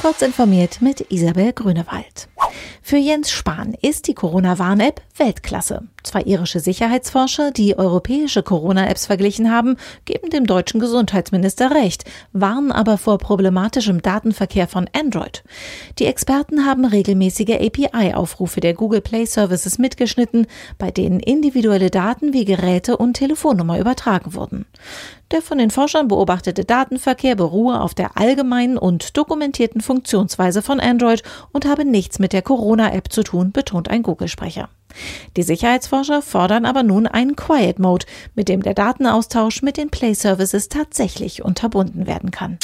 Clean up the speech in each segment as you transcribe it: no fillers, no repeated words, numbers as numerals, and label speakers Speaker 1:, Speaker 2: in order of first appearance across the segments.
Speaker 1: Kurz informiert mit Isabel Grünewald. Für Jens Spahn ist die Corona-Warn-App Weltklasse. Zwei irische Sicherheitsforscher, die europäische Corona-Apps verglichen haben, geben dem deutschen Gesundheitsminister recht, warnen aber vor problematischem Datenverkehr von Android. Die Experten haben regelmäßige API-Aufrufe der Google Play Services mitgeschnitten, bei denen individuelle Daten wie Geräte und Telefonnummer übertragen wurden. Der von den Forschern beobachtete Datenverkehr beruhe auf der allgemeinen und dokumentierten Funktionsweise von Android und habe nichts mit der Corona-App zu tun, betont ein Google-Sprecher. Die Sicherheitsforscher fordern aber nun einen Quiet Mode, mit dem der Datenaustausch mit den Play Services tatsächlich unterbunden werden kann.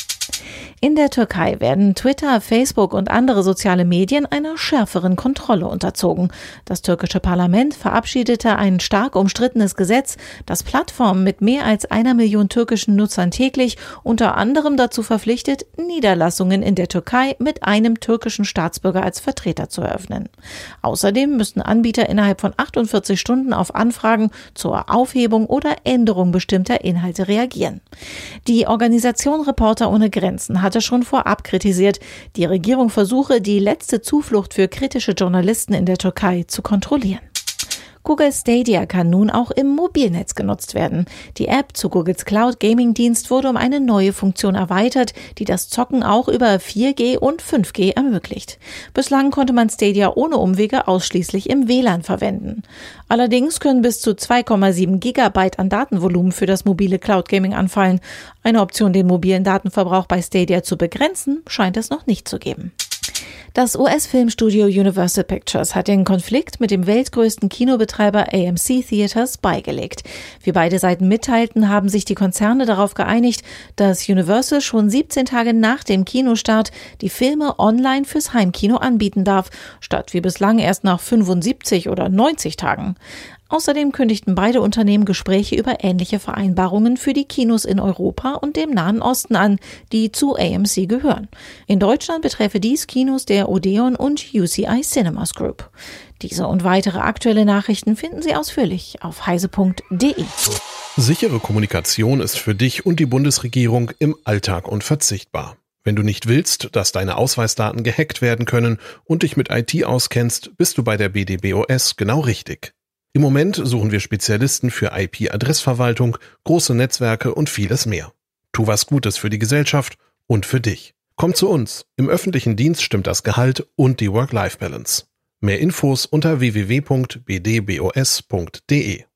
Speaker 1: In der Türkei werden Twitter, Facebook und andere soziale Medien einer schärferen Kontrolle unterzogen. Das türkische Parlament verabschiedete ein stark umstrittenes Gesetz, das Plattformen mit mehr als 1 Million türkischen Nutzern täglich unter anderem dazu verpflichtet, Niederlassungen in der Türkei mit einem türkischen Staatsbürger als Vertreter zu eröffnen. Außerdem müssen Anbieter innerhalb von 48 Stunden auf Anfragen zur Aufhebung oder Änderung bestimmter Inhalte reagieren. Die Organisation Reporter ohne Grenzen hatte schon vorab kritisiert, die Regierung versuche, die letzte Zuflucht für kritische Journalisten in der Türkei zu kontrollieren. Google Stadia kann nun auch im Mobilnetz genutzt werden. Die App zu Googles Cloud-Gaming-Dienst wurde um eine neue Funktion erweitert, die das Zocken auch über 4G und 5G ermöglicht. Bislang konnte man Stadia ohne Umwege ausschließlich im WLAN verwenden. Allerdings können bis zu 2,7 Gigabyte an Datenvolumen für das mobile Cloud-Gaming anfallen. Eine Option, den mobilen Datenverbrauch bei Stadia zu begrenzen, scheint es noch nicht zu geben. Das US-Filmstudio Universal Pictures hat den Konflikt mit dem weltgrößten Kinobetreiber AMC Theatres beigelegt. Wie beide Seiten mitteilten, haben sich die Konzerne darauf geeinigt, dass Universal schon 17 Tage nach dem Kinostart die Filme online fürs Heimkino anbieten darf, statt wie bislang erst nach 75 oder 90 Tagen. Außerdem kündigten beide Unternehmen Gespräche über ähnliche Vereinbarungen für die Kinos in Europa und dem Nahen Osten an, die zu AMC gehören. In Deutschland beträfe dies Kinos der Odeon und UCI Cinemas Group. Diese und weitere aktuelle Nachrichten finden Sie ausführlich auf heise.de.
Speaker 2: Sichere Kommunikation ist für dich und die Bundesregierung im Alltag unverzichtbar. Wenn du nicht willst, dass deine Ausweisdaten gehackt werden können und dich mit IT auskennst, bist du bei der BDBOS genau richtig. Im Moment suchen wir Spezialisten für IP-Adressverwaltung, große Netzwerke und vieles mehr. Tu was Gutes für die Gesellschaft und für dich. Komm zu uns. Im öffentlichen Dienst stimmt das Gehalt und die Work-Life-Balance. Mehr Infos unter www.bdbos.de.